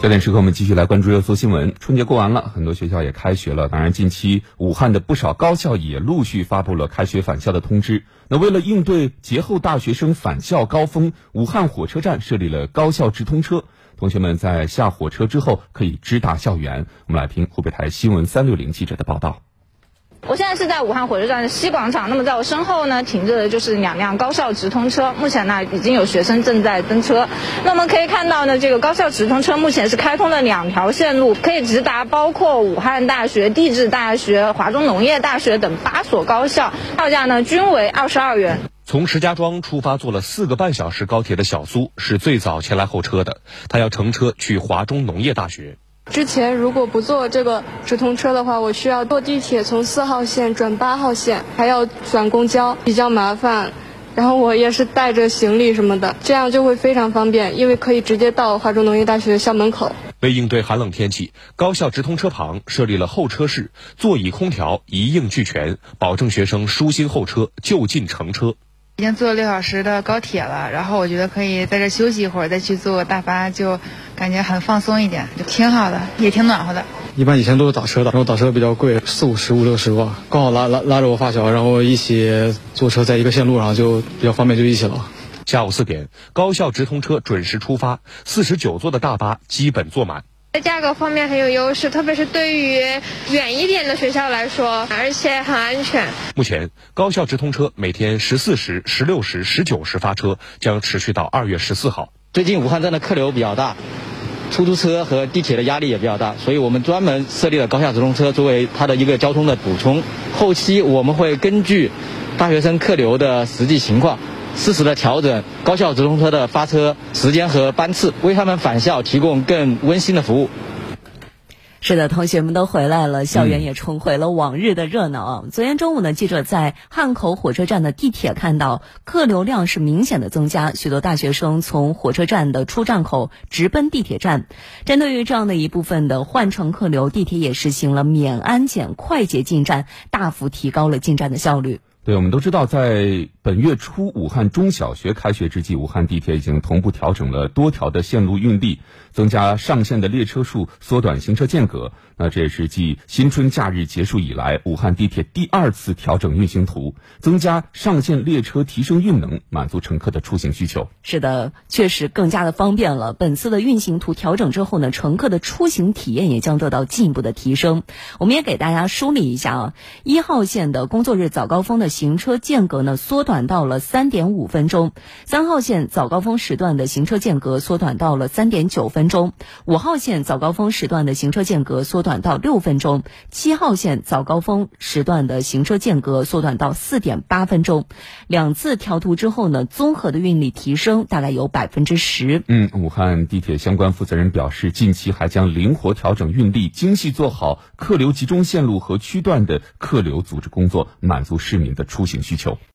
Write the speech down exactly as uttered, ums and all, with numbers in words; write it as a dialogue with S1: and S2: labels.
S1: 焦点时刻，我们继续来关注热搜新闻。春节过完了，很多学校也开学了。当然，近期武汉的不少高校也陆续发布了开学返校的通知。那为了应对节后大学生返校高峰，武汉火车站设立了高校直通车，同学们在下火车之后可以直达校园。我们来听湖北台新闻三六零记者的报道。
S2: 我现在是在武汉火车站的西广场，那么在我身后呢停着的就是两辆高校直通车，目前呢已经有学生正在登车。那我们可以看到呢，这个高校直通车目前是开通了两条线路，可以直达包括武汉大学、地质大学、华中农业大学等八所高校，票价呢均为二十二元。
S3: 从石家庄出发坐了四个半小时高铁的小苏是最早前来候车的，他要乘车去华中农业大学。
S4: 之前如果不坐这个直通车的话，我需要坐地铁从四号线转八号线，还要转公交，比较麻烦。然后我也是带着行李什么的，这样就会非常方便，因为可以直接到华中农业大学校门口。
S3: 为应对寒冷天气，高校直通车旁设立了候车室，座椅空调一应俱全，保证学生舒心候车，就近乘车。
S5: 已经坐了六小时的高铁了，然后我觉得可以在这休息一会儿，再去坐大巴，就感觉很放松一点，就挺好的，也挺暖和的。
S6: 一般以前都是打车的，然后打车比较贵，四五十、五六十吧。刚好拉拉拉着我发小，然后一起坐车，在一个线路上就比较方便，就一起了。
S3: 下午四点，高校直通车准时出发，四十九座的大巴基本坐满。
S7: 在价格方面很有优势，特别是对于远一点的学校来说，而且很安全。
S3: 目前高校直通车每天十四时、十六时、十九时发车，将持续到二月十四号。
S8: 最近武汉站的客流比较大，出租车和地铁的压力也比较大，所以我们专门设立了高校直通车作为它的一个交通的补充。后期我们会根据大学生客流的实际情况，适时的调整高校直通车的发车时间和班次，为他们返校提供更温馨的服务。
S9: 是的，同学们都回来了，校园也重回了往日的热闹啊！嗯、昨天中午呢，记者在汉口火车站的地铁看到客流量是明显的增加，许多大学生从火车站的出站口直奔地铁站。针对于这样的一部分的换乘客流，地铁也实行了免安检快捷进站，大幅提高了进站的效率。
S1: 对，我们都知道，在本月初武汉中小学开学之际，武汉地铁已经同步调整了多条的线路运力，增加上线的列车数，缩短行车间隔。那这也是继新春假日结束以来，武汉地铁第二次调整运行图，增加上线列车，提升运能，满足乘客的出行需求。
S9: 是的，确实更加的方便了。本次的运行图调整之后呢，乘客的出行体验也将得到进一步的提升。我们也给大家梳理一下啊，一号线的工作日早高峰的行车间隔呢缩短到了三点五分钟，三号线早高峰时段的行车间隔缩短到了三点九分钟，五号线早高峰时段的行车间隔缩短到六分钟，七号线早高峰时段的行车间隔缩短到四点八分钟。两次调图之后呢，综合的运力提升大概有百分之十。
S1: 嗯，武汉地铁相关负责人表示，近期还将灵活调整运力，精细做好客流集中线路和区段的客流组织工作，满足市民的出行需求。